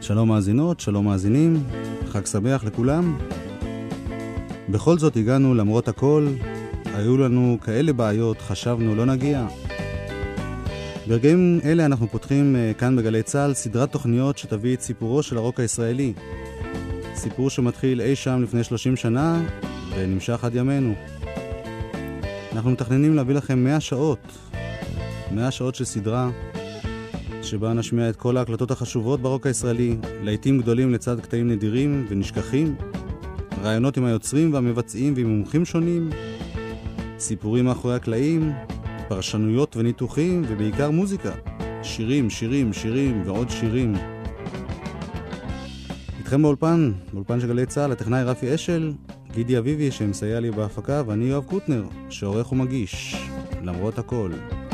שלום מאזינות, שלום מאזינים, חג שמח לכולם. בכל זאת הגענו למרות הכל, היו לנו כאלה בעיות, חשבנו לא נגיע. ברגעים אלה אנחנו פותחים כאן בגלי צהל סדרת תוכניות שתביא את סיפורו של הרוק הישראלי. סיפור שמתחיל אי שם לפני 30 שנה ונמשך עד ימינו. אנחנו מתכננים להביא לכם 100 שעות של סדרה שבה נשמיע את כל ההקלטות החשובות ברוק הישראלי, לעיתים גדולים לצד קטעים נדירים ונשכחים, רעיונות עם היוצרים והמבצעים ועם מומחים שונים, סיפורים מאחורי הקלעים, פרשנויות וניתוחים ובעיקר מוזיקה, שירים ועוד שירים. איתכם באולפן של גלי צהל, הטכנאי רפי אשל, גידי אביבי שמסייע לי בהפקה, ואני יואב קוטנר שעורך ומגיש למרות הכל.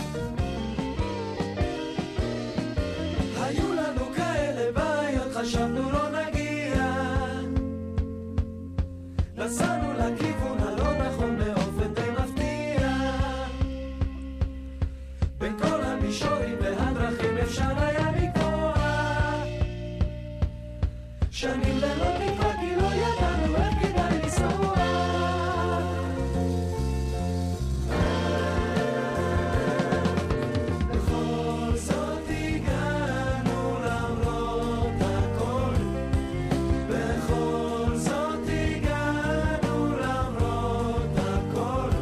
היו לנו כאלה בעיות, חשבנו לא נגיע, נסענו לכיוון הלא נכון באופן די מפתיע, בין כל המישורים והדרכים אפשר היה לקבוע, שנים ללא תקווה כי לא ידענו איך כדאי לנסוע. בכל זאת הגענו למרות הכל, בכל זאת הגענו למרות הכל,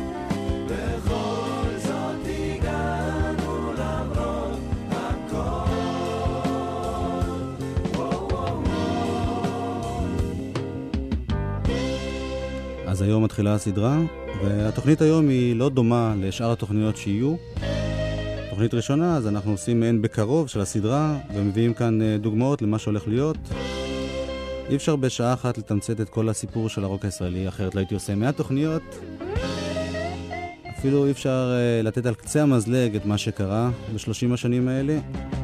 בכל זאת הגענו למרות הכל. אז היום מתחילה הסדרה, והתוכנית היום היא לא דומה לשאר התוכניות שיהיו. תוכנית ראשונה, אז אנחנו עושים מעין בקרוב של הסדרה, ומביאים כאן דוגמאות למה שהולך להיות. אי אפשר בשעה אחת לתמצת את כל הסיפור של הרוק הישראלי, אחרת לא הייתי עושה 100 תוכניות. אפילו אי אפשר לתת על קצה המזלג את מה שקרה ב-30 השנים האלה.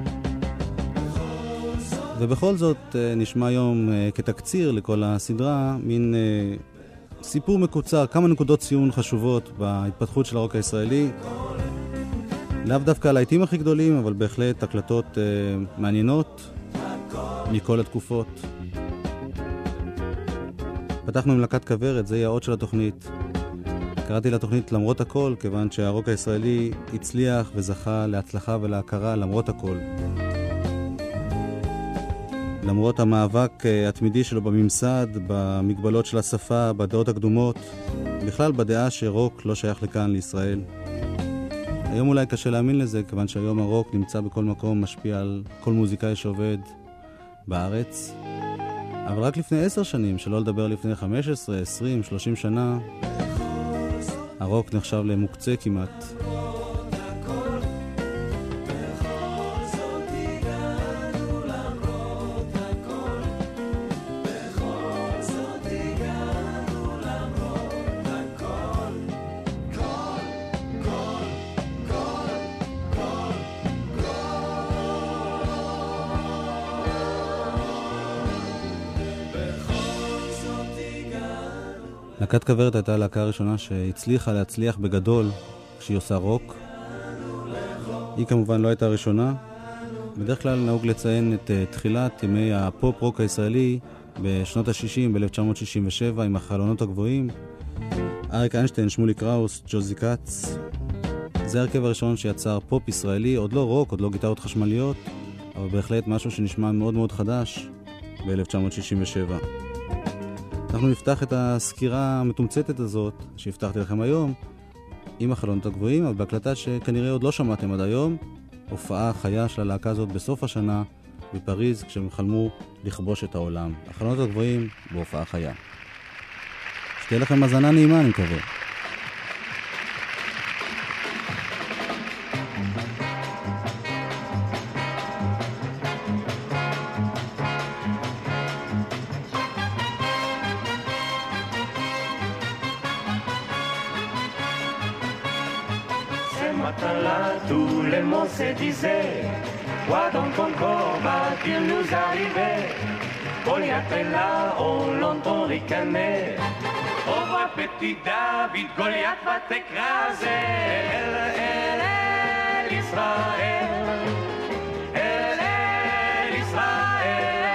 ובכל זאת נשמע היום כתקציר לכל הסדרה, מין סיפור מקוצר, כמה נקודות ציון חשובות בהתפתחות של הרוק הישראלי. לאו דווקא הלהיטים הכי גדולים, אבל בהחלט הקלטות מעניינות מכל התקופות. פתחנו עם להקת כוורת, זה יהיה האות של התוכנית. קראתי לתוכנית למרות הכל, כיוון שהרוק הישראלי הצליח וזכה להצלחה ולהכרה למרות הכל. למרות המאבק התמידי שלו בממסד, במגבלות של השפה, בדעות הקדומות, בכלל בדעה שרוק לא שייך לכאן לישראל. היום אולי קשה להאמין לזה, כיוון שהיום הרוק נמצא בכל מקום, משפיע על כל מוזיקאי שעובד בארץ. אבל רק לפני 10 שנים, שלא לדבר לפני 15, 20, 30 שנה, הרוק נחשב למוקצה כמעט. להקת כוורת הייתה הלהקה הראשונה שהצליחה להצליח בגדול כשהיא עושה רוק. היא כמובן לא הייתה הראשונה. בדרך כלל נהוג לציין את תחילת ימי הפופ רוק הישראלי בשנות ה-60, ב-1967, עם החלונות הגבוהים. אריק איינשטיין, שמולי קראוס, ג'וזי קאץ. זה הרכב הראשון שיצר פופ ישראלי, עוד לא רוק, עוד לא גיטרות חשמליות, אבל בהחלט משהו שנשמע מאוד מאוד חדש ב-1967. אנחנו נפתח את הסקירה המתומצתת הזאת שהבטחתי לכם היום עם החלונות הגבוהים, אבל בהקלטה שכנראה עוד לא שמעתם עד היום, הופעה חיה של הלהקה הזאת בסוף השנה בפריז, כשהם חלמו לכבוש את העולם. החלונות הגבוהים בהופעה חיה. שתהיה לכם הזנה נעימה, אני מקווה. Tous les mots se disaient, quoi dans ton corps va-t-il nous arriver? Goliath est là, on l'entend ricaner. Au revoir petit David, Goliath va t'écraser. El Israël, El Israël.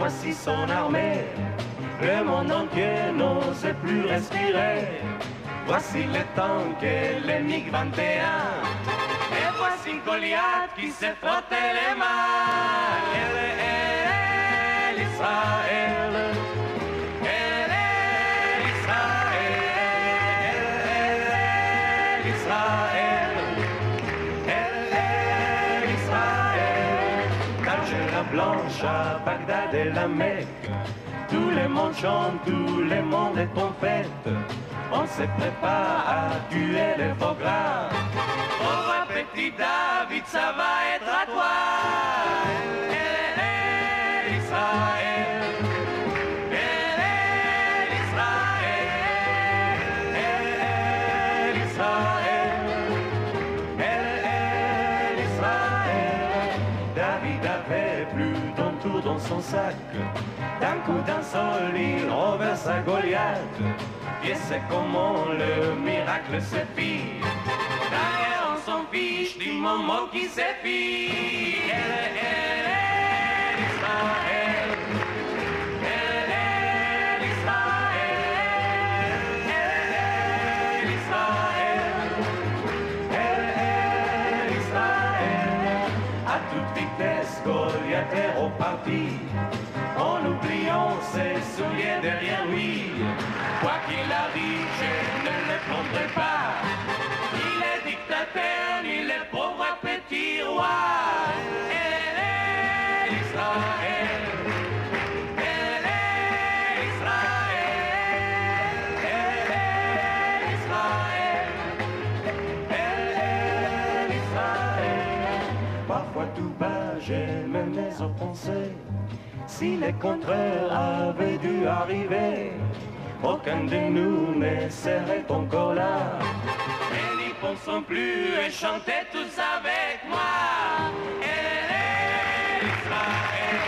voici son armée. Le monde entier n'ose plus respirer. Voici les tanks et les MiG-21. Et voici Goliath qui s'est frotté les mains. Elle est l'Israël. Elle est l'Israël. Elle est l'Israël. Elle est l'Israël. D'Alger la Blanche à Bagdad et la Mecque. Tout le monde chante, tout le monde est en fête. On se prépare à tuer les faux gras. Au revoir petit David, ça va être à toi. Elle est l'Israël. Elle est l'Israël. Elle est l'Israël. Elle est l'Israël. David avait plus d'un tour dans son sac. D'un coup d'un seul, il renverse à Goliath. Et c'est comment le miracle se fit. Derrière on s'en fiche du moment qui s'effit. Elle est l'Israël. Elle est l'Israël. Elle est l'Israël. Elle est l'Israël. À toute vitesse, Goliath est reparti. En oubliant ses souliers derrière lui. Quoi qu'il arrive, je ne le prendrai pas. Ni les dictateurs, ni les pauvres petits rois. Elle est l'Israël. Elle est l'Israël. Elle est l'Israël. Elle est l'Israël. Parfois tout bas, j'ai même les pensées. Si les contraires avaient dû arriver, aucun de nous ne serait encore là. Mais n'y pensons plus et chantez tous avec moi. Elle est l'Israël.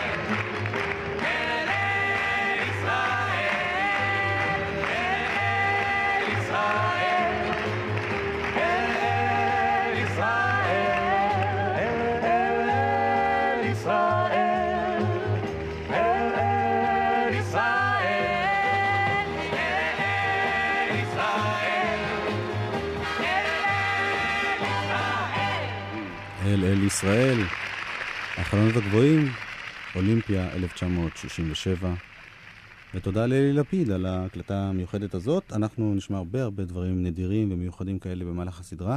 Elle est l'Israël. Elle est l'Israël. Elle est l'Israël. Elle est l'Israël. Elle est l'Israël. אל ישראל, החלונות הגבוהים, אולימפיה 1967. ותודה לאלי לפיד על ההקלטה המיוחדת הזאת. אנחנו נשמע הרבה דברים נדירים ומיוחדים כאלה במהלך הסדרה.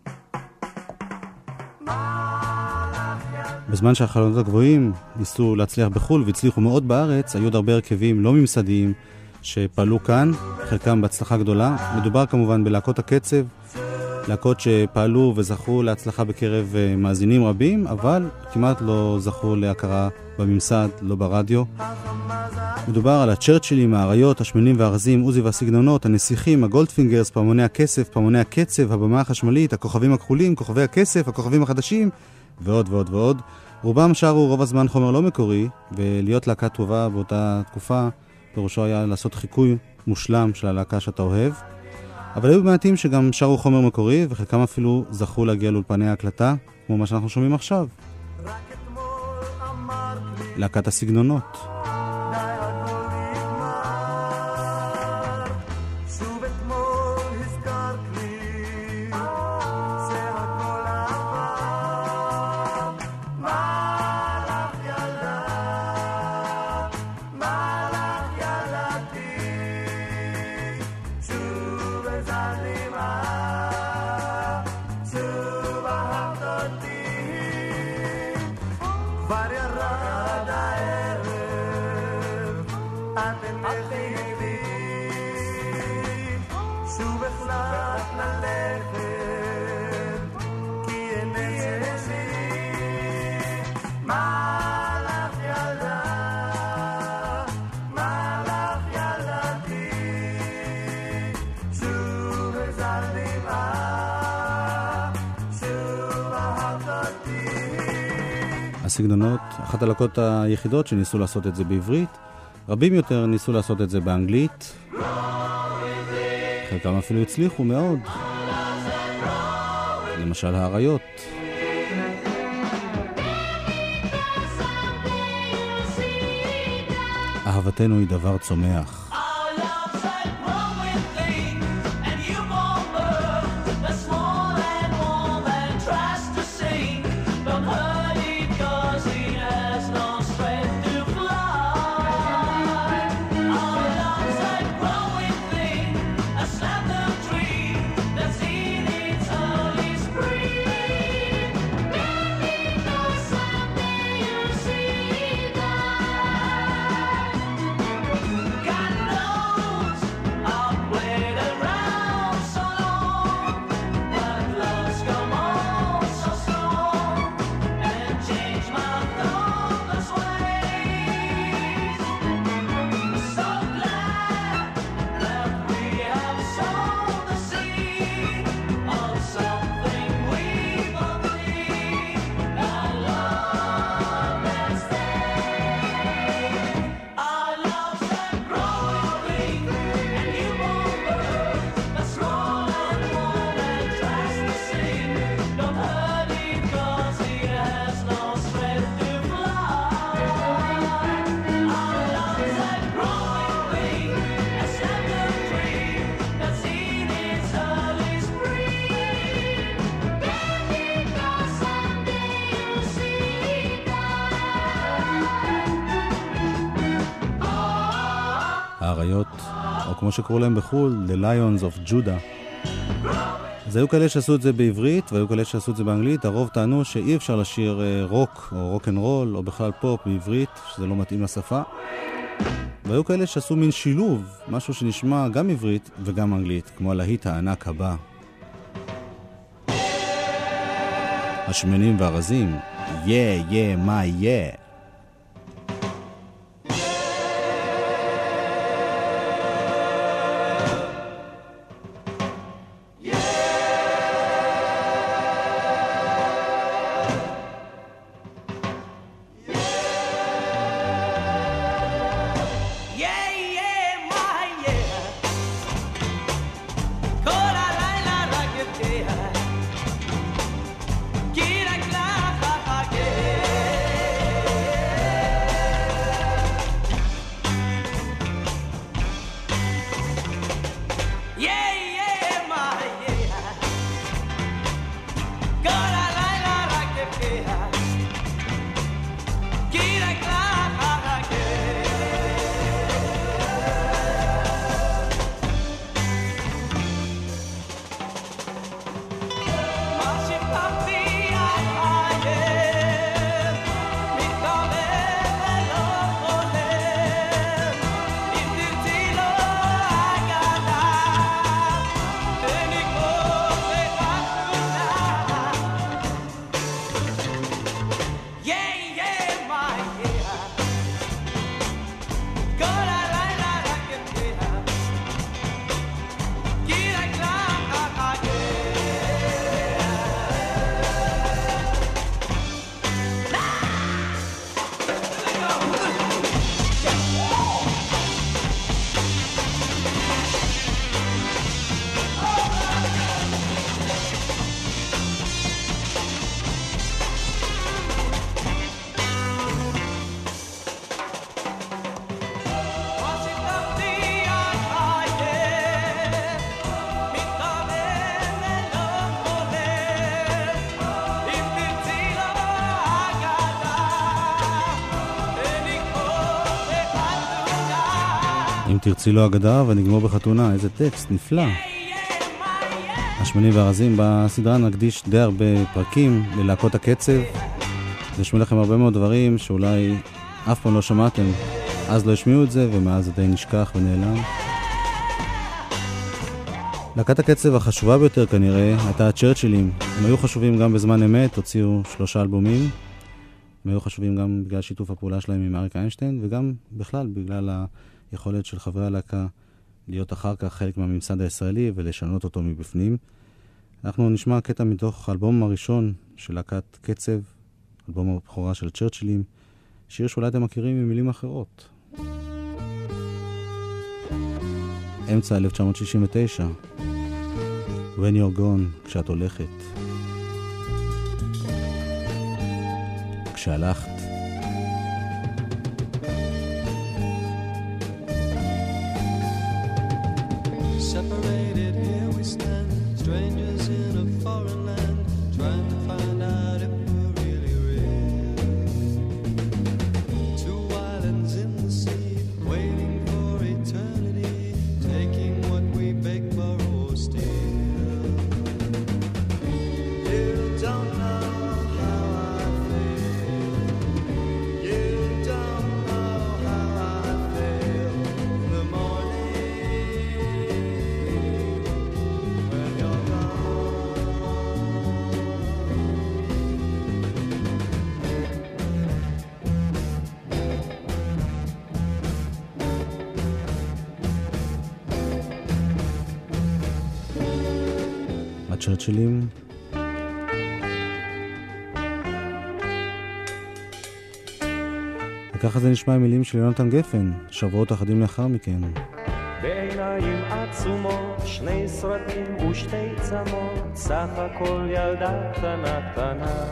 בזמן שהחלונות הגבוהים ניסו להצליח בחול והצליחו מאוד בארץ, היו עוד הרבה הרכבים לא ממסדיים שפעלו כאן, חלקם בהצלחה גדולה. מדובר כמובן בלהקות הקצב, להקות שפעלו וזכו להצלחה בקרב מאזינים רבים, אבל כמעט לא זכו להכרה בממסד, לא ברדיו. מדובר על הצ'רצ'ילים, האריות, השמנים והארזים, עוזי והסגנונות, הנסיכים, הגולדפינגרס, פעמוני הכסף, פעמוני הקצב, הבמה החשמלית, הכוכבים הכחולים, כוכבי הכסף, הכוכבים החדשים, ועוד ועוד ועוד. רובם שרו רוב הזמן חומר לא מקורי, ולהיות להקה טובה באותה תקופה, פירושו היה לעשות חיקוי מושלם של הלהקה שאתה אוהב. אבל היו מעטים שגם שרו חומר מקורי, וחלקם אפילו זכו להגיע לאולפני ההקלטה, כמו מה שאנחנו שומעים עכשיו. להקת הסגנונות. הסגנונות, אחת הלהקות היחידות שניסו לעשות את זה בעברית, רבים יותר ניסו לעשות את זה באנגלית, חלקם אפילו הצליחו מאוד, למשל האריות. אהבתנו היא דבר צומח. האריות, או כמו שקראו להם בחול, The Lions of Judah. אז היו כאלה שעשו את זה בעברית, והיו כאלה שעשו את זה באנגלית. הרוב טענו שאי אפשר לשיר רוק, או רוק אנד רול, או בכלל פופ בעברית, שזה לא מתאים לשפה. והיו כאלה שעשו מין שילוב, משהו שנשמע גם עברית וגם אנגלית, כמו הלהיט הענק הבא. השמנים והרזים, מה יהיה. אם תרצי לו אגדה ונגמור בחתונה, איזה טקסט נפלא. השמנים והרזים בסדרה נקדיש די הרבה פרקים ללהקות הקצב. נשמע לכם הרבה מאוד דברים שאולי אף פעם לא שמעתם, אז לא השמיעו את זה ומאז זה די נשכח ונעלם. להקת הקצב החשובה ביותר כנראה הייתה הצ'רצ'ילים. הם היו חשובים גם בזמן אמת, הוציאו 3 אלבומים. הם היו חשובים גם בגלל שיתוף הפעולה שלהם עם אריק איינשטיין, וגם בכלל בגלל היכולת של חברי הלהקה להיות אחר כך חלק מהממסד הישראלי ולשנות אותו מבפנים. אנחנו נשמע קטע מתוך האלבום הראשון של להקת קצב, אלבום הבכורה של צ'רצ'ילים, שיר שאולי אתם מכירים עם מילים אחרות. אמצע 1969, When You're Gone, כשאת הולכת. כשהלכת. Separated, here we stand, strangers in a foreign land, trying to find out if we're really real. Two islands in the sea, waiting for eternity, taking what we beg, borrow, steal. You don't know how I feel. You don't know how I feel in the morning when you're הצ'רצ'ילים. וככה זה נשמע עם מילים של יונתן גפן, שבועות אחדים לאחר מכן. בעיניים עצומות, שני סרטים ושתי צמות, סך הכל ילדה קטנה קטנה.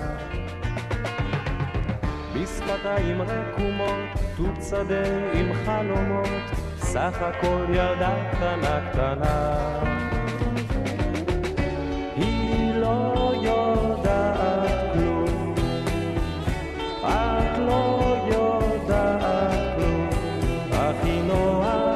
בשפתיים רקומות, טוב שדה עם חלומות, סך הכל ילדה קטנה קטנה. היא לא יודעת כלום, את לא יודעת כלום, הכי נועה.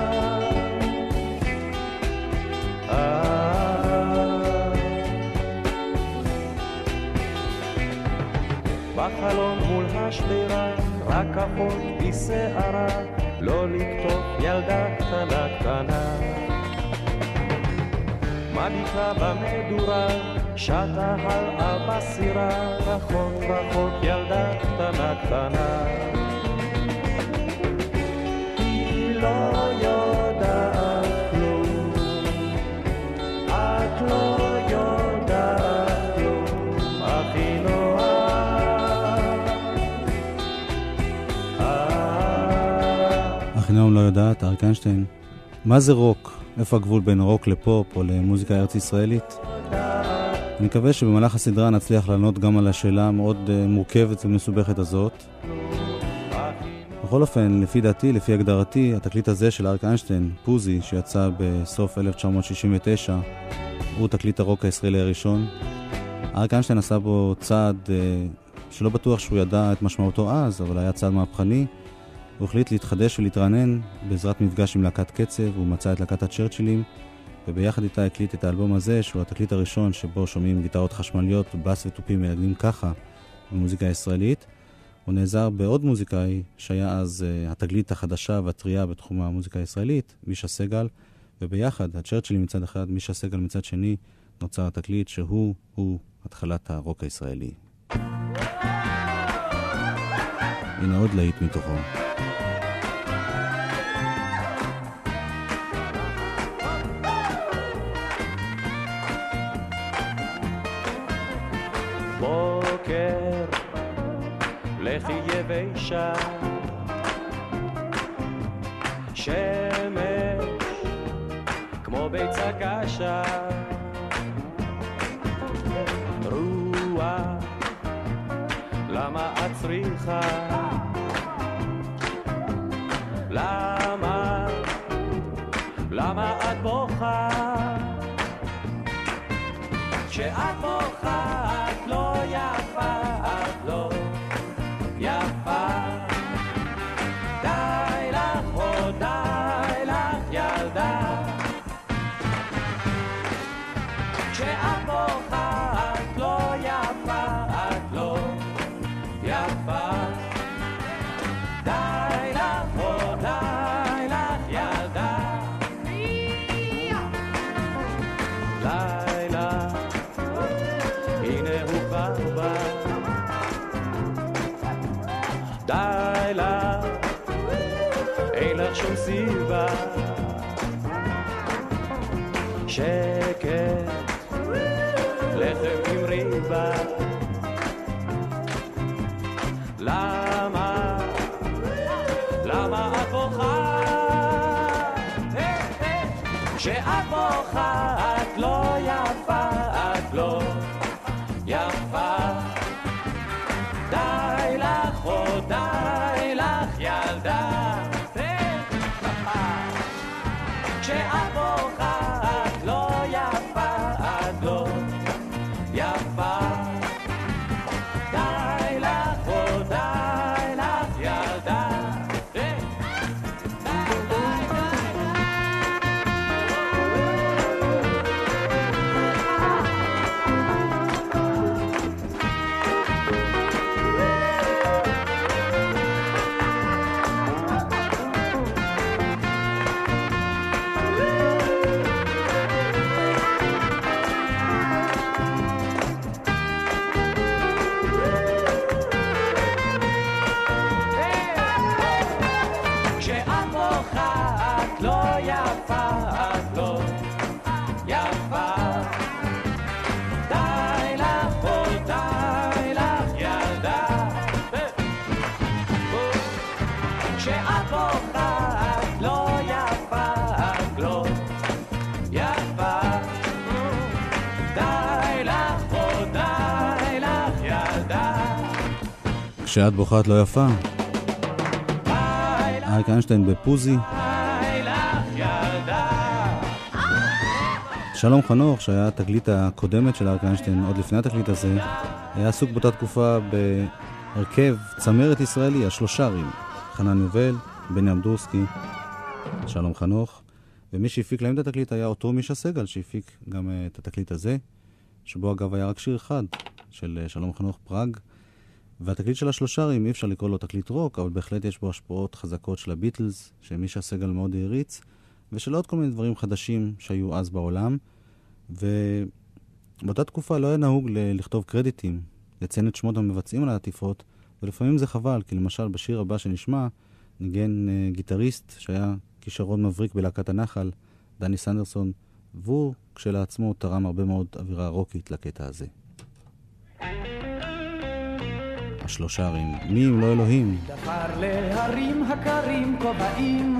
בחלום מול השדרה, רק אחות בשערה, לא לקטוף ילדה קטנה קטנה. מדיקה במדורה, שטה הלאה בסירה, רחוק רחוק ילדה קטנה קטנה. היא לא יודעת כלום, את לא יודעת כלום, הכי נועה. אחינם לא יודעת, אריק איינשטיין. מה זה רוק? איפה הגבול בין רוק לפופ או למוזיקה ארץ ישראלית? אני מקווה שבמהלך הסדרה נצליח לענות גם על השאלה המאוד מורכבת ומסובכת הזאת. בכל אופן, לפי דעתי, לפי הגדרתי, התקליט הזה של אריק איינשטיין, פוזי, שיצא בסוף 1969, הוא תקליט הרוק הישראלי הראשון. אריק איינשטיין עשה בו צעד שלא בטוח שהוא ידע את משמעותו אז, אבל היה צעד מהפכני. הוא החליט להתחדש ולהתרענן בעזרת מפגש עם להקת קצב, הוא מצא את להקת הצ'רצ'ילים, וביחד איתה הקליט את האלבום הזה, שהוא התקליט הראשון שבו שומעים גיטרות חשמליות, בס וטופים מנגנים ככה במוזיקה הישראלית. הוא נעזר בעוד מוזיקאי שהיה אז התגלית החדשה והטריה בתחום המוזיקה הישראלית, מישה סגל, וביחד, הצ'רצ'ילים מצד אחד, מישה סגל מצד שני, נוצר התקליט שהוא התחלת הרוק הישראלי. הנה עוד להיט מתוכו. בוקר לכי יבשה, שמש כמו ביצה קשה, רוח למה את צריכה, למה את בוכה, כשאת בוכה את לא יפה, את לא יפה. די לך, או די לך ילדה, כשאת בוכה את לא יפה, את לא יפה. די לך, או די לך ילדה. לילה הנה הוא כבר בא, די לך, אין לך שום סיבה, שקט, לחם עם ריבה. למה את בוכה? כשאת בוכה את לא יפה, את לא יפה. די לך, או די לך ילדה, כשאת בוכה את בוכה, את לא יפה, את לא יפה. די לך, או די לך, ילדה. כשאת בוכה את לא יפה. אריק איינשטיין בפוזי. שלום חנוך, שהיה התגלית הקודמת של אריק איינשטיין, עוד לפני התגלית הזה, היה עסוק באותה תקופה בהרכב צמרת ישראלי, השלושרים, חנן יובל, בני אמדורסקי, שלום חנוך, ומי שהפיק להם את התקלית היה אותו מישה סגל, שהפיק גם את התקלית הזה, שבו אגב היה רק שיר אחד של שלום חנוך פראג, והתקליט של השלושרים, אי אפשר לקרוא לו תקליט רוק, אבל בהחלט יש בו השפעות חזקות של הביטלס, שמישה סגל מאוד העריץ, ושל עוד כל מיני דברים חדשים שהיו אז בעולם, ובאותה תקופה לא היה נהוג לכתוב קרדיטים, לציין את שמות המבצעים על העטיפות, ולפעמים זה חבל, כי למשל בשיר הבא שנשמע, ניגן גיטריסט שהיה כישרון מבריק בלהקת הנחל, דני סנדרסון, והוא כשלעצמו תרם הרבה מאוד אווירה רוקית לקטע הזה. השלושרים, מי אם לא אלוהים? דבר להרים הקרים כובעים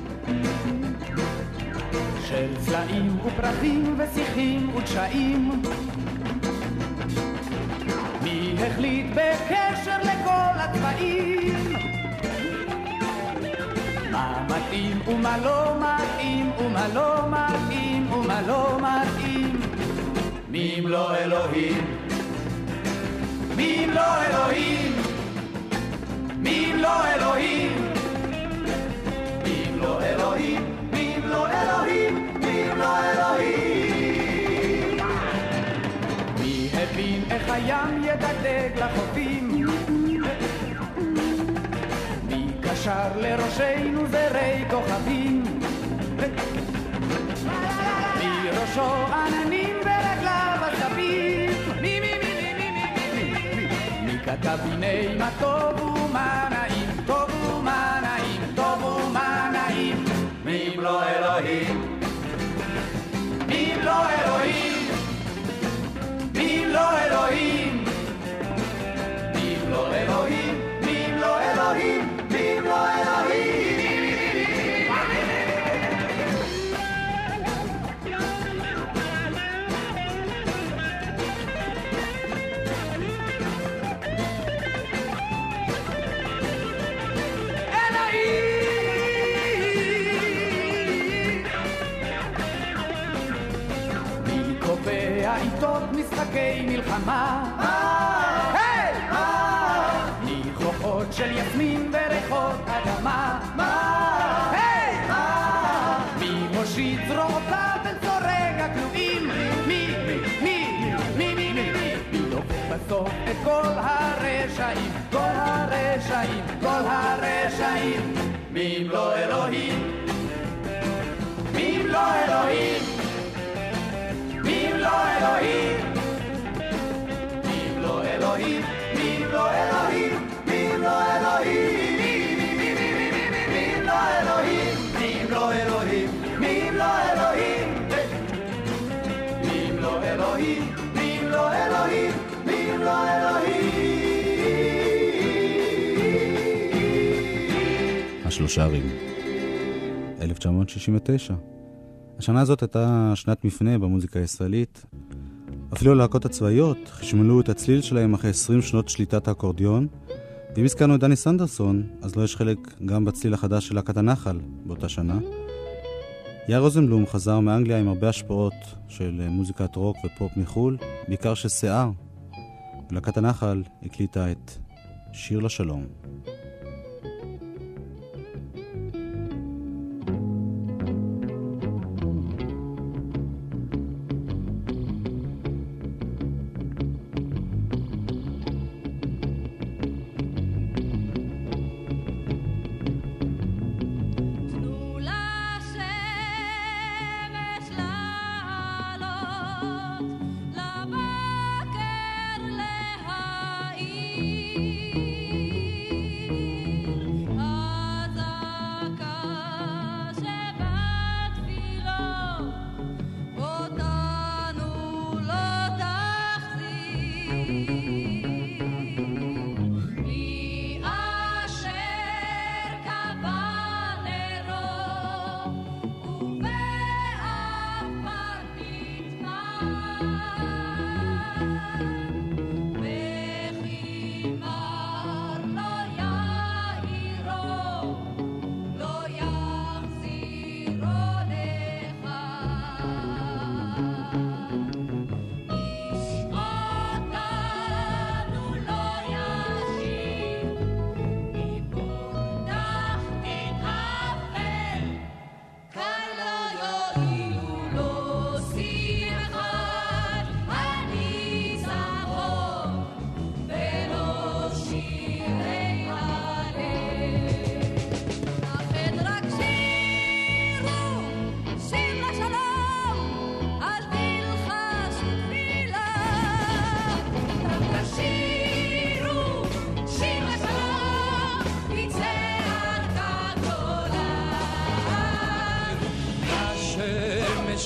של צלעים ופרחים ושיחים ודשאים. מי החליט בקשר לכל הצבעים? מה מתאים ומה לא מתאים ומה לא מתאים ומה לא מתאים? מי אם לא אלוהים? מי אם לא אלוהים? מי אם לא אלוהים? מי אם לא אלוהים? מי אם לא אלוהים? מי אם לא אלוהים? מי הבין איך הים ידגדג לחופים? מי קשר לראשנו זרי כוכבים? מי ראשו עננים ורגליו עצבים? כתב הנה מה טוב ומה נעים, טוב ומה נעים, טוב ומה נעים. מי אם לא אלוהים? מי אם לא אלוהים? מי אם לא אלוהים? מי אם לא אלוהים? מי אם לא אלוהים? מי אם לא אלוהים? עיתות משחקי מלחמה, ניחוחות של יסמין וריחות אדמה, מי מושיט זרועותיו אל צורג הכלואים? מי דופק בסוף את כל הרשעים, כל הרשעים, כל הרשעים? מי אם לא אלוהים? מי אם לא אלוהים? מי אם לא אלוהים? מי אם לא אלוהים? מי אם לא אלוהים? מי אם לא אלוהים? מי אם לא אלוהים? מי אם לא אלוהים? מי אם לא אלוהים? מי אם לא אלוהים? מי אם לא אלוהים? מי אם לא אלוהים? השלושרים, 1969. השנה הזאת הייתה שנת מפנה במוזיקה הישראלית. אפילו הלהקות הצבאיות חשמלו את הצליל שלהם אחרי 20 שנות שליטת האקורדיון, ואם הזכרנו את דני סנדרסון, אז לא יש חלק גם בצליל החדש של להקת הנחל באותה שנה. יאיר רוזנבלום חזר מאנגליה עם הרבה השפעות של מוזיקת רוק ופופ מחול, בעיקר של שיער. ולהקת הנחל הקליטה את שיר לשלום.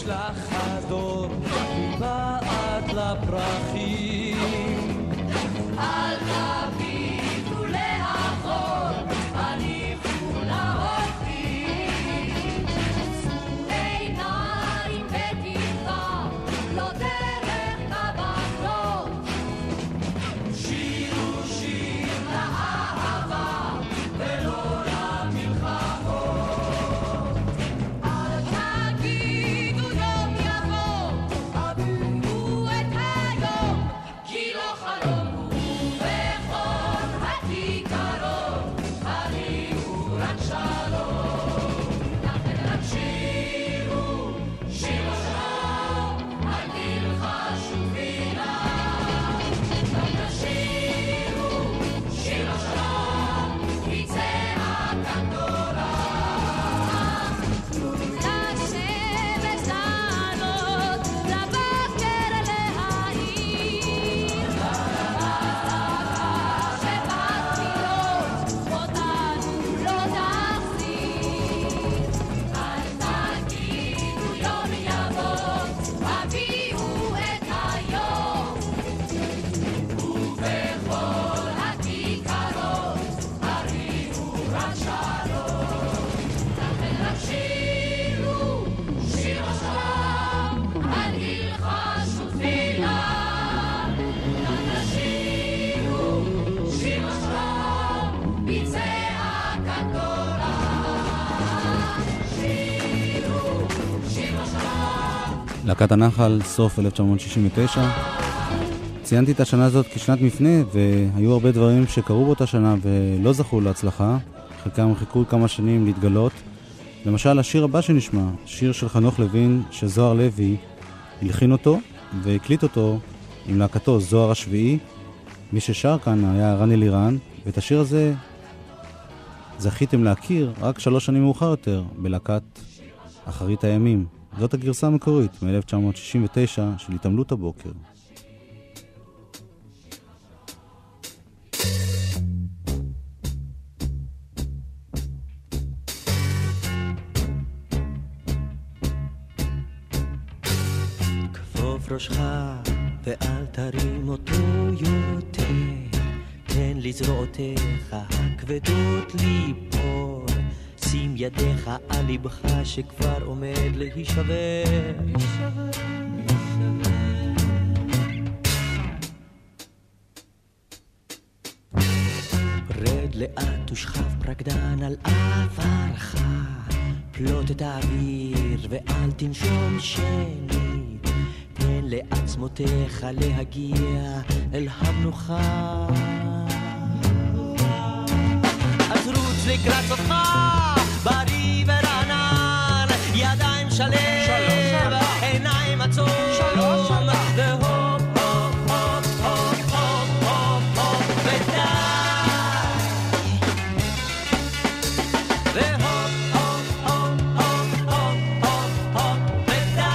אשלח הדור מבעד לפרחים. אל תביטו לאחור, הניחו לאופקים. שאו עיניים בתקווה, לא דרך כוונות. שירו שיר לאהבה, ולא למלחמות. אל תגידו יום יבוא, הביאו את היום, כי לא חלום הוא בכל הכיכרות, הריעו רק שלום. לכן רק שירו, שיר השלום, אל תלחשו תפילה. לכן שירו, שיר השלום, יצא הקנדורה. תנו לשמש לעלות, לבקר להאיר. שבתפילות אותנו לא תחזיר. אל תגידו יום יבוא, הביאו את היום. ובכל הכיכרות הריעו רק שלום. לכן רק שירו, שיר השלום, אל ילחשו תפילה. לכן שירו, שיר השלום, יצא הקנדורה. שירו, שיר השלום. להקת הנחל, סוף 1969. ציינתי את השנה הזאת כשנת מפנה, והיו הרבה דברים שקרו באותה שנה ולא זכו להצלחה. חלקם חיכו כמה שנים להתגלות. למשל, השיר הבא שנשמע, שיר של חנוך לוין, שזוהר לוי הלחין אותו והקליט אותו עם להקתו זוהר השביעי. מי ששר כאן היה רן אלירן, ואת השיר הזה זכיתם להכיר רק 3 שנים מאוחר יותר בלהקת אחרית הימים. זאת הגרסה המקורית מ-1969 של התעמלות הבוקר. כפוף ראשך ואל תרים אותו יותר, תן לזרועותיך הכבדות ליפול, שים ידיך על לבך שכבר עומד להישבר. רד לאט ושכב פרקדן על עברך, פלוט את האוויר ואל תנשום שנית, תן לעצמותיך להגיע אל המנוחה. אז רוץ לקראת סופך בריא ורענן, ידיים שלב, עיניים עצום, והופ הופ הופ הופ הופ הופ הופ ודי, והופ הופ הופ הופ הופ הופ הופ ודי.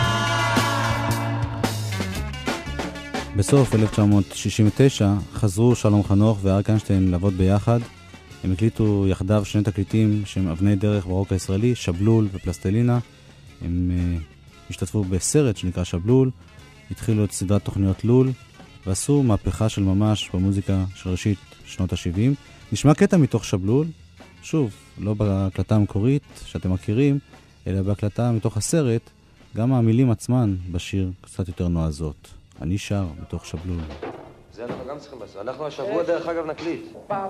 בסוף 1969 חזרו שלום חנוך ואריק איינשטיין לעבוד ביחד. הם הקליטו יחדיו 2 תקליטים שהם אבני דרך ברוק הישראלי, שבלול ופלסטלינה. הם השתתפו בסרט שנקרא שבלול, התחילו את סדרת תוכניות לול, ועשו מהפכה של ממש במוזיקה של ראשית שנות ה-70. נשמע קטע מתוך שבלול, שוב, לא בהקלטה המקורית שאתם מכירים, אלא בהקלטה מתוך הסרט, גם המילים עצמן בשיר קצת יותר נועזות. אני שר מתוך שבלול. זה אנחנו גם צריכים לעשות. אנחנו השבוע דרך אגב נקליט.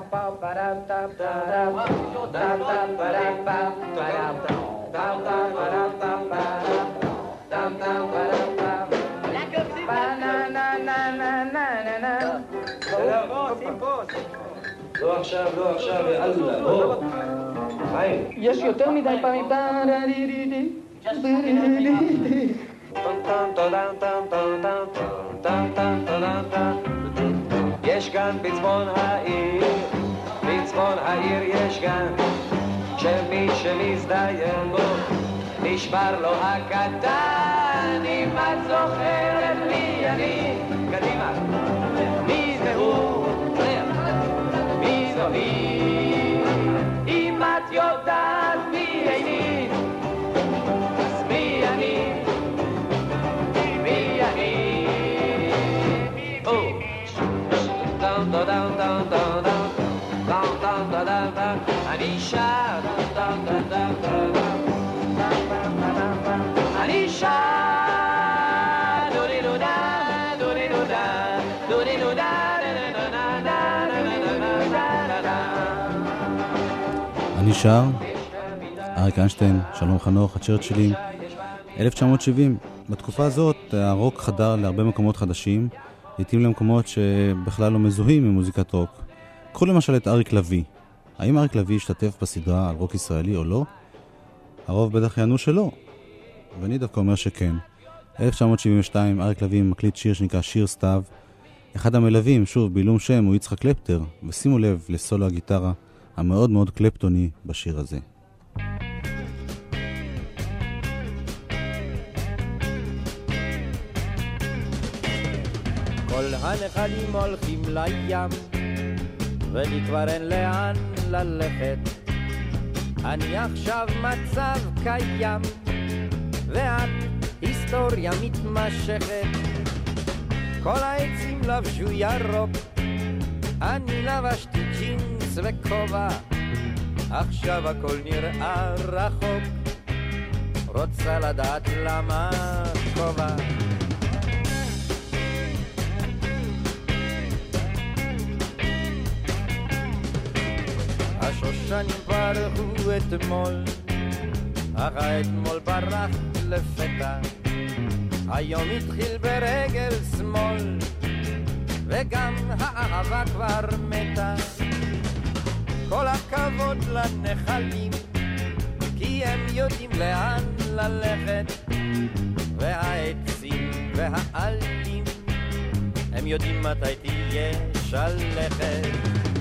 לא עכשיו, יאללה, בוא. חיים. יש יותר מדי פעמים. יש גן בצפון העיר יש גן שמי שמזדיין בו נשבר לו הקטן. אם את זוכרת מי אני, קדימה, מי זה הוא, מי זו היא, אם את יודעת מי איני, אז מי אני, אני שר דו-די-דו-דה, דו-די-דו-דה, דו-די-דו-דה, אני שר, אריק איינשטיין, שלום חנוך, הצ'רצ'ילים, 1970. בתקופה הזאת הרוק חדר להרבה מקומות חדשים, לעתים למקומות שבכלל לא מזוהים עם מוזיקת רוק. קחו למשל את אריק לוי. האם אריק לוי השתתף בסדרה על רוק ישראלי או לא? הרוב בטח יענו שלא, ואני דווקא אומר שכן. 1972 אריק לוי מקליט שיר שנקרא שיר סתיו. אחד המלווים, שוב בעילום שם, הוא יצחק קלפטר, ושימו לב לסולו הגיטרה המאוד מאוד קלפטוני בשיר הזה. כל הנחלים הולכים לים, ולי כבר אין לאן ללכת. אני עכשיו מצב קיים, ואת היסטוריה מתמשכת. כל העצים לבשו ירוק, אני לבשתי ג'ינס וכובע. עכשיו הכל נראה רחוק, רוצה לדעת למה כובע. השושנים פרחו אתמול, אך אתמול ברח לפתע. היום התחיל ברגל שמאל, וגם האהבה כבר מתה. כל הכבוד לנחלים, כי הם יודעים לאן ללכת. והעצים והעלים, הם יודעים מתי תהיה שלכת.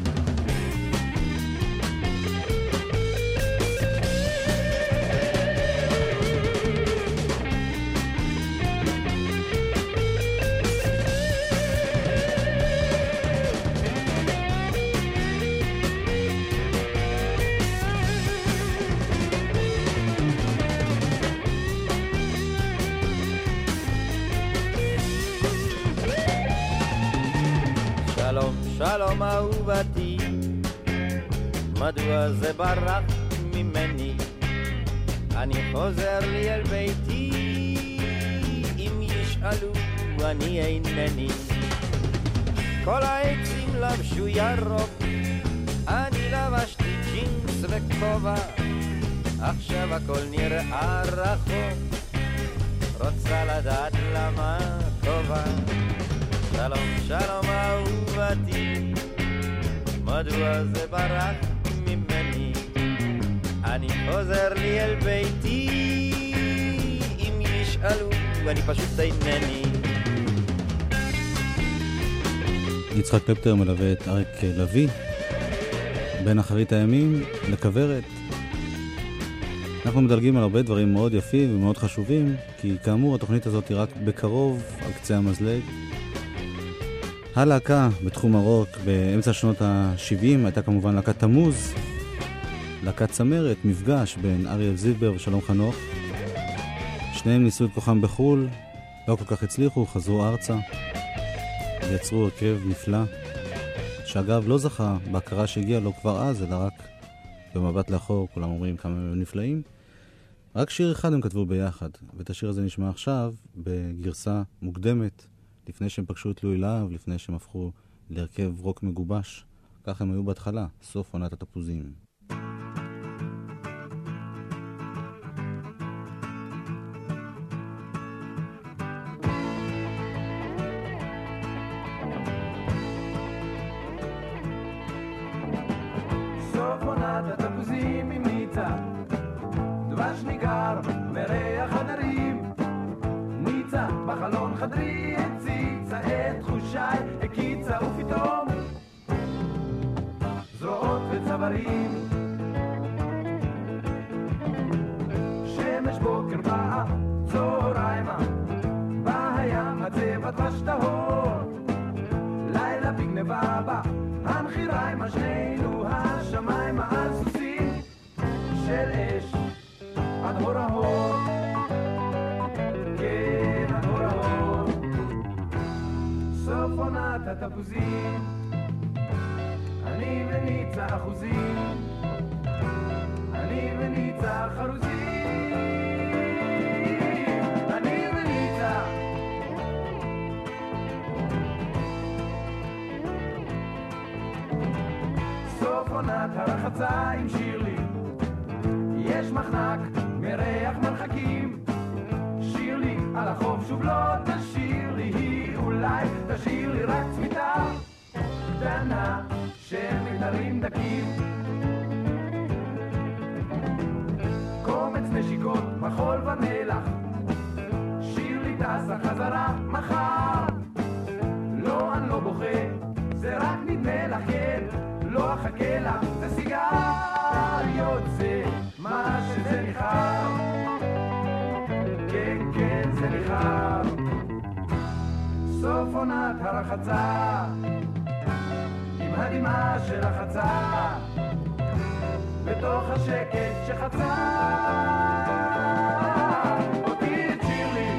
שלום אהובתי, מדוע זה ברח ממני? אני חוזר לי אל ביתי, אם ישאלו אני אינני. כל העצים לבשו ירוק, אני לבשתי ג'ינס וכובע. עכשיו הכל נראה רחוק, רוצה לדעת למה כובע. שלום שלום אהובתי, מדוע זה ברח ממני? אני חוזר לי אל ביתי, אם ישאלו אני פשוט אינני. יצחק קלפטר מלווה את אריק לוי בין אחרית הימים לכברת. אנחנו מדלגים על הרבה דברים מאוד יפים ומאוד חשובים, כי כאמור התוכנית הזאת היא רק בקרוב על קצה המזלג. הלהקה בתחום הרוק באמצע שנות ה-70 הייתה כמובן להקת תמוז, להקת צמרת, מפגש בין אריאל זילבר ושלום חנוך. שניהם ניסו את כוחם בחול, לא כל כך הצליחו, חזרו ארצה ויצרו הרכב נפלא, שאגב לא זכה בהכרה שהגיע לו כבר אז, אלא רק במבט לאחור, כולם אומרים כמה הם נפלאים. רק שיר אחד הם כתבו ביחד, ואת השיר הזה נשמע עכשיו בגרסה מוקדמת, לפני שהם פגשו את לואי להב, לפני שהם הפכו להרכב רוק מגובש. כך הם היו בהתחלה, סוף עונת התפוזים. סוף עונת התפוזים עם ניצה, דבש ניגר וריח חדרים. ניצה בחלון חדרי הציצה את תחושי הקיצה, ופתאום זרועות וצווארים. שמש בוקר באה צהריימה, בים הצבע דבש טהור. לילה בגנבה בה הנחיריימה, שנינו השמיימה על סוסים של אש עד הור ההור. כן, עד הור ההור. סוף עונת התפוזים, אני וניצה אחוזים, אני וניצה ענק מריח מרחקים. שיר לי על החוף שוב לא תשאיר לי, אולי תשאיר לי רק צמיתה קטנה של מיתרים דקים. קומץ נשיקות מחול ומלח, שיר לי טסה חזרה מחר. לא, אני לא בוכה, זה רק נדמה לך, כן, לא אחכה לך, זה סיגריות, זה מה שזה ניחר. כן, כן, זה ניחר. סוף עונת הרחצה, עם הדמעה של החצה, בתוך השקט שחצה אותי את שירלי.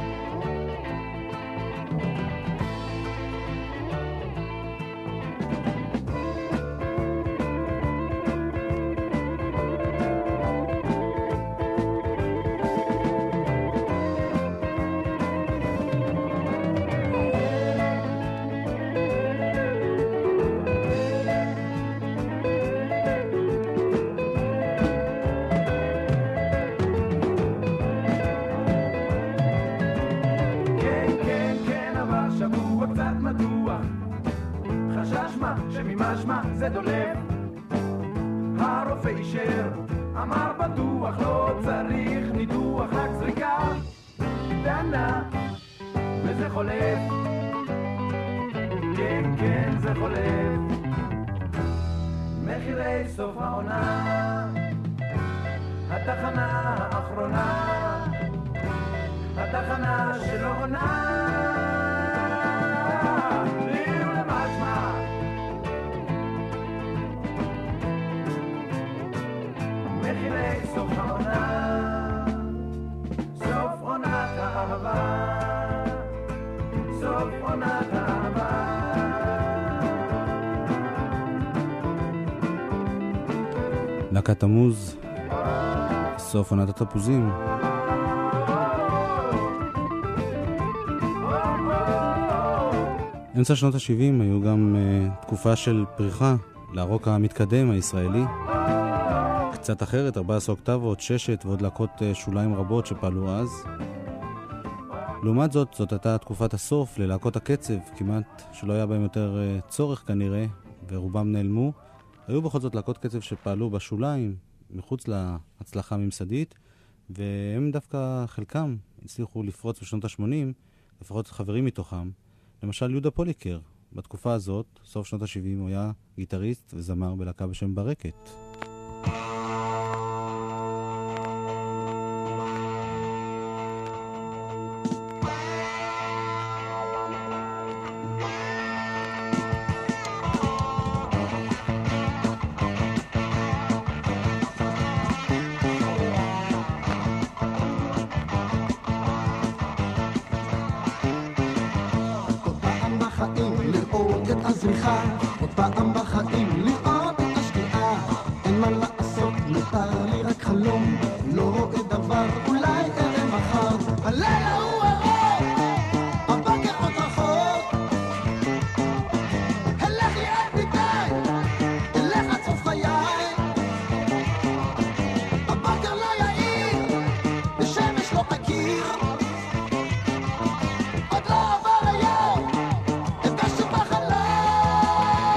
שממשמע זה דולב, הרופא אישר, אמר בטוח לא צריך ניתוח, רק זריקה קטנה וזה חולף. כן, כן, זה חולף. מחירי סוף העונה, התחנה האחרונה, התחנה שלא עונה לי ולמשמע. מחירי סוף העונה, סוף עונת האהבה, סוף עונת האהבה. להקת תמוז, סוף עונת התפוזים. אמצע שנות ה-70 היו גם תקופה של פריחה לרוק המתקדם הישראלי. קצת אחרת, 14 אוקטבות, ששת ועוד להקות שוליים רבות שפעלו אז. לעומת זאת הייתה תקופת הסוף ללהקות הקצב, כמעט שלא היה בהם יותר צורך כנראה, ורובם נעלמו. היו בכל זאת להקות קצב שפעלו בשוליים, מחוץ להצלחה ממסדית, והם דווקא חלקם הצליחו לפרוץ בשנות ה-80, לפחות חברים מתוכם. למשל יהודה פוליקר, בתקופה הזאת, סוף שנות ה-70, הוא היה גיטריסט וזמר בלהקה בשם ברקת. עוד פעם בחיים לראות את השקיעה, אין מה לעשות, נותר לי רק חלום, לא רואה דבר, אולי אראה מחר. הלילה הוא ארוך, הבוקר עוד רחוק, אלך לי עד מדי, אלך עד סוף חיי. הבוקר לא יאיר, בשמש לא תכיר, עוד לא עבר היום, הרגשתי בחלום.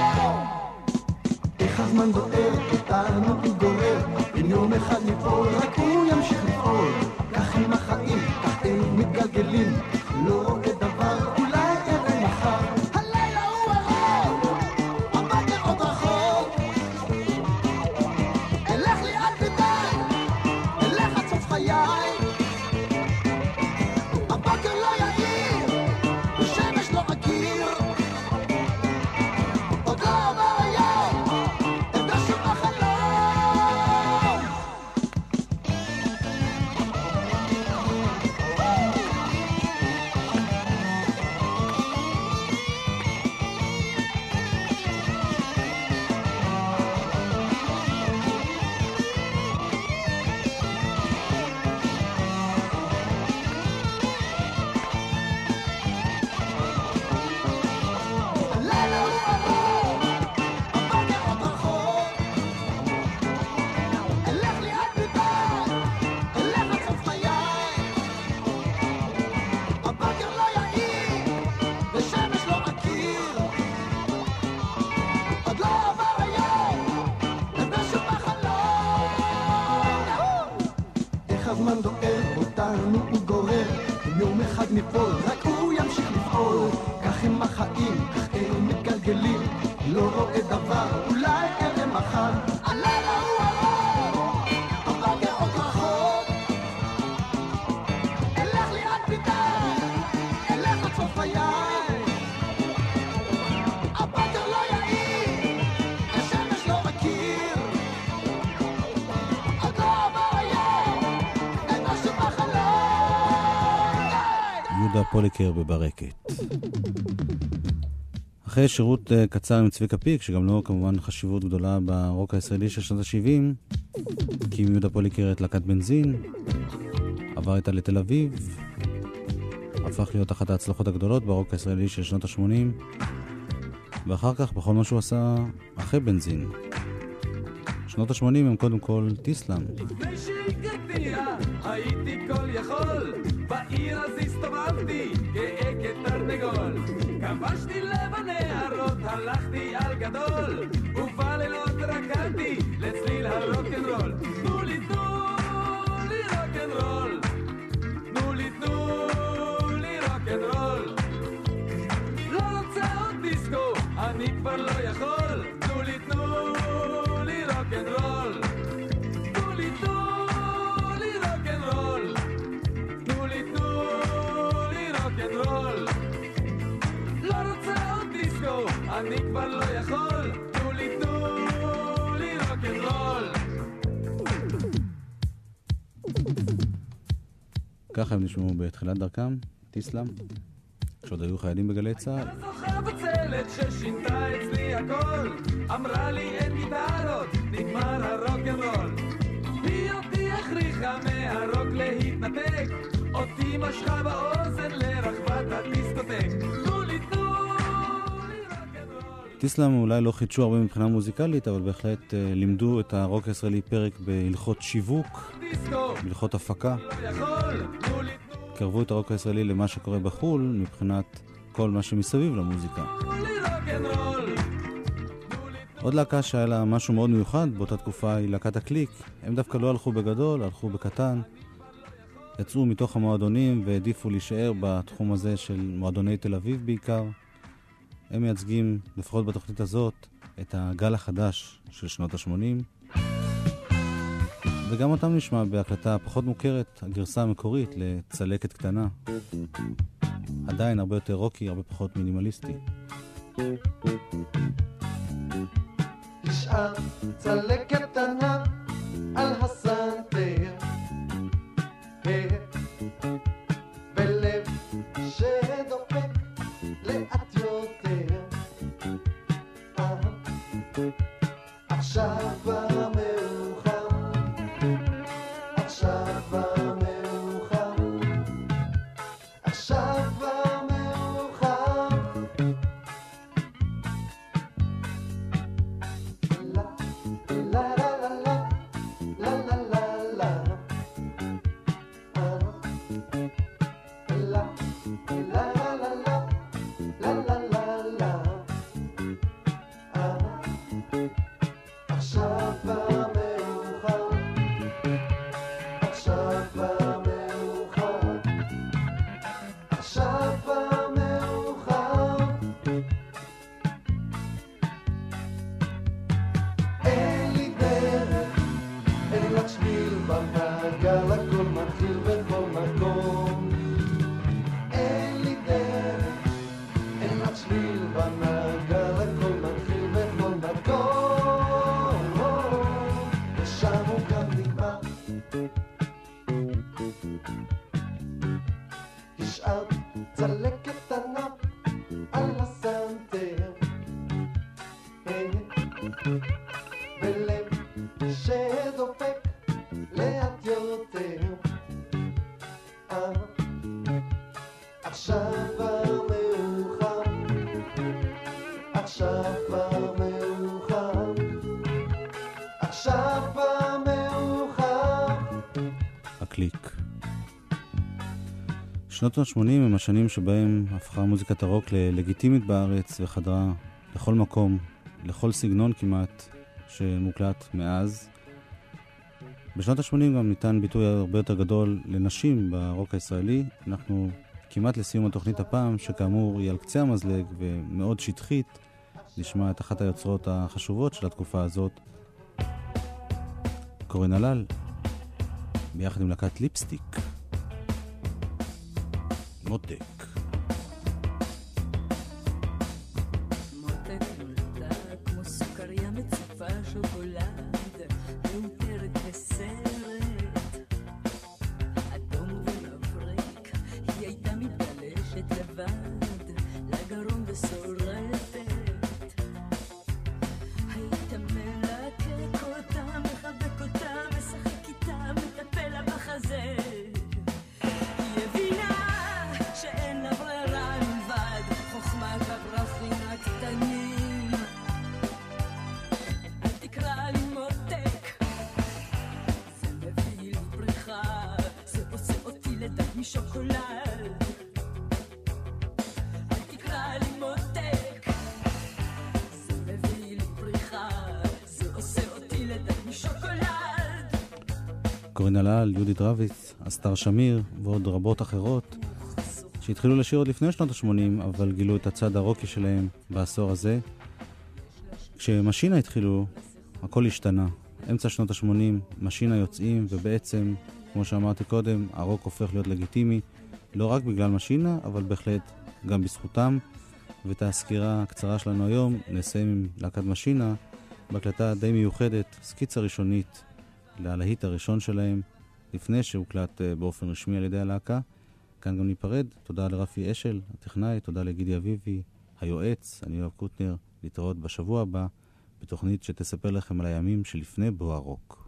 הזמן דואר אותנו הוא גורר, אם יום אחד ניפול רק הוא ימשיך לפעול, כך הם החיים, כך הם מתגלגלים, לא רואה דבר, אולי אראה מחר. הלילה הוא ארוך, הבוקר עוד רחוק, אלך לי עד ביתה, אלך עד סוף חיי, הבוקר לא יאיר, השמש לא מכיר, עוד לא עבר היום, אין משהו בחלום. יהודה פוליקר בברקת. אחרי שירות קצר עם צביקה פיק, שגם לו כמובן חשיבות גדולה ברוק הישראלי של שנות ה-70, הקים יהודה פוליקר את להקת בנזין, עבר איתה לתל אביב, הפך להיות אחת ההצלחות הגדולות ברוק הישראלי של שנות ה-80, ואחר כך בכל מה שהוא עשה אחרי בנזין. שנות ה-80 הם קודם כל טיסלאם. לפני שהגעתי הייתי כל יכול, בעיר אז הסתובבתי גאה כתרנגול, כבשתי לבני הרות, הלכתי על גדול, ובלילות רקדתי לצליל הרוקנרול. תנו לי רוקנרול, תנו לי רוקנרול, לא רוצה עוד דיסקו, אני כבר לא יכול. תנו לי רוקנרול, תנו לי רוקנרול, תנו לי רוקנרול, לא רוצה עוד דיסקו, אני כבר לא יכול. תנו לי רוקנרול. ככה הם נשמעו בתחילת דרכם, טיסלאם, כשעוד היו חיילים בגלי צה"ל. זוכה בצלת ששינתה אצלי הכל, אמרה לי אין גיטרות, נגמר הרוקנרול. היא אותי הכריחה מהרוק להתנתק, אותי משכה באוזן לרחבת הדיסקוטק. תנו לי רוקנרול. טיסלאם אולי לא חידשו הרבה מבחינה מוזיקלית, אבל בהחלט לימדו את הרוק הישראלי פרק בהלכות שיווק, בהלכות הפקה. קרבו את הרוק הישראלי למה שקורה בחול מבחינת כל מה שמסביב למוזיקה. עוד להקה שהיה לה משהו מאוד מיוחד באותה תקופה היא להקת הקליק. הם דווקא לא הלכו בגדול, הלכו בקטן, יצאו מתוך המועדונים והעדיפו להישאר בתחום הזה של מועדוני תל אביב בעיקר. הם מייצגים, לפחות בתוכנית הזאת, את הגל החדש של שנות ה-80. וגם אותם נשמע בהקלטה פחות מוכרת, הגרסה המקורית לצלקת קטנה. עדיין הרבה יותר רוקי, הרבה פחות מינימליסטי. נשאר צלקת קטנה על הסנטר, בלב שדופק לאט יותר. עכשיו המאוחר, עכשיו המאוחר, עכשיו המאוחר. לה לה לה לה לה לה לה לה לה לה לה לה לה לה. עכשיו המאוחר, עכשיו המאוחר, עכשיו המאוחר. אין לי דרך, אין רק שביל במעגל, הכל מתחיל בכל מקום. אין לי דרך, אין רק שביל במעגל, הכל מתחיל בכל מקום. ושם הוא גם נגמר. נשאר צלקת קטנה על הסנטר, בלב שדופק לאט יותר. עכשיו המאוחר, עכשיו המאוחר, עכשיו המאוחר. הקליק. שנות ה-80 הם השנים שבהם הפכה מוזיקת הרוק ללגיטימית בארץ וחדרה לכל מקום, לכל סגנון כמעט שמוקלט מאז. בשנות ה-80 גם ניתן ביטוי הרבה יותר גדול לנשים ברוק הישראלי. אנחנו כמעט לסיום התוכנית הפעם, שכאמור היא על קצה המזלג ומאוד שטחית, נשמע את אחת היוצרות החשובות של התקופה הזאת, קורן הלל, ביחד עם להקת ליפסטיק. מותק. קורן הלל, יהודית רביץ, אסתר שמיר ועוד רבות אחרות שהתחילו לשיר עוד לפני שנות ה-80, אבל גילו את הצד הרוקי שלהם בעשור הזה. כשמשינה התחילו, הכל השתנה. אמצע שנות ה-80, משינה יוצאים, ובעצם, כמו שאמרתי קודם, הרוק הופך להיות לגיטימי, לא רק בגלל משינה, אבל בהחלט גם בזכותם. ואת הסקירה הקצרה שלנו היום נסיים עם להקת משינה, בהקלטה די מיוחדת, סקיצה ראשונית להלהיט הראשון שלהם, לפני שהוקלט באופן רשמי על ידי הלהקה. כאן גם ניפרד. תודה לרפי אשל, הטכנאי, תודה לגידי אביבי, היועץ, אני יואב קוטנר. להתראות בשבוע הבא בתוכנית שתספר לכם על הימים שלפני בוא הרוק.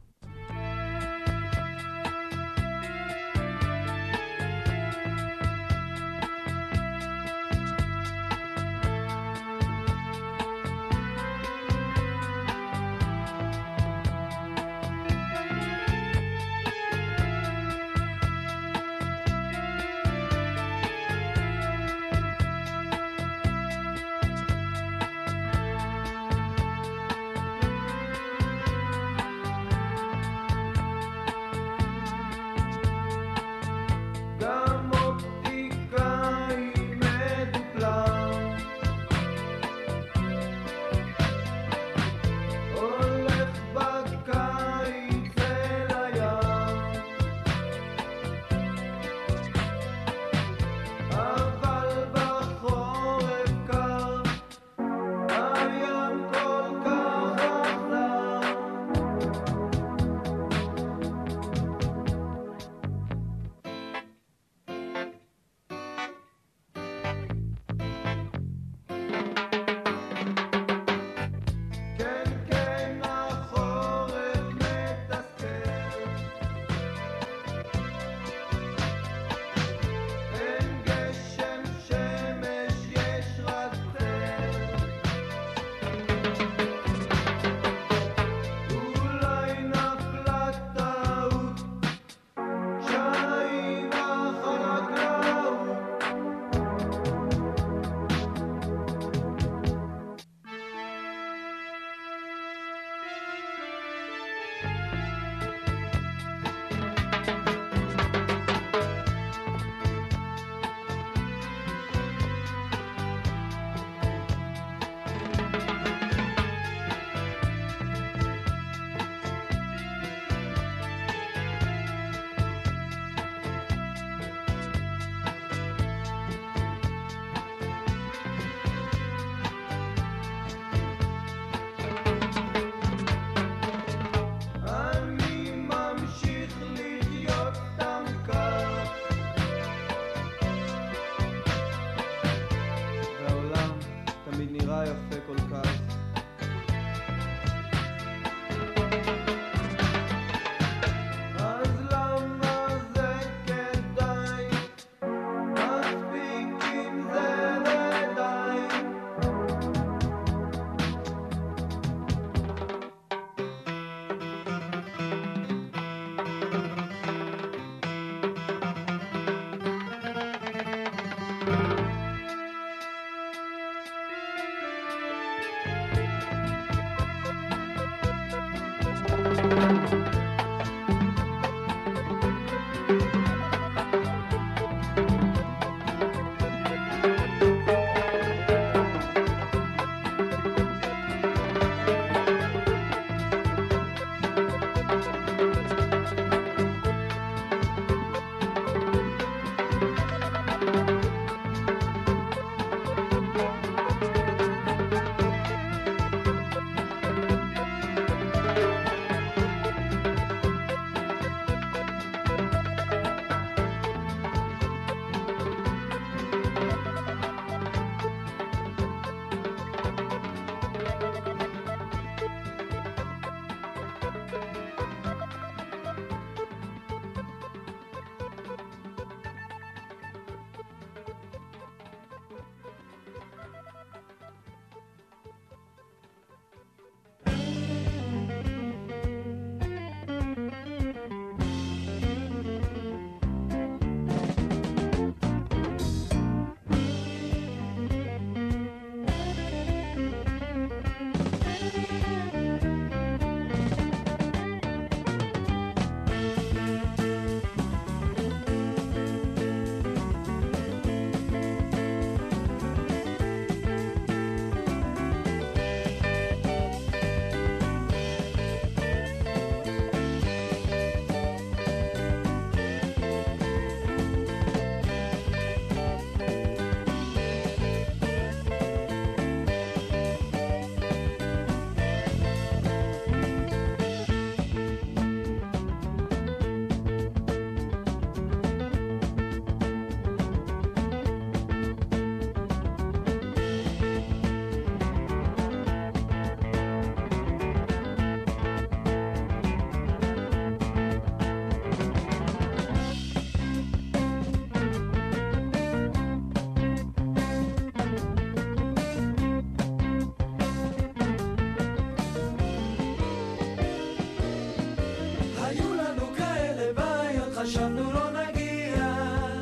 חשבנו לא נגיע,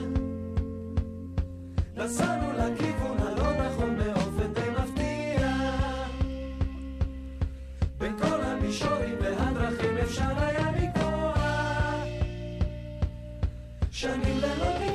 נסענו לכיוון הלא נכון באופן די מפתיע. בין כל המישורים והדרכים אפשר היה לקבוע, שנים ללא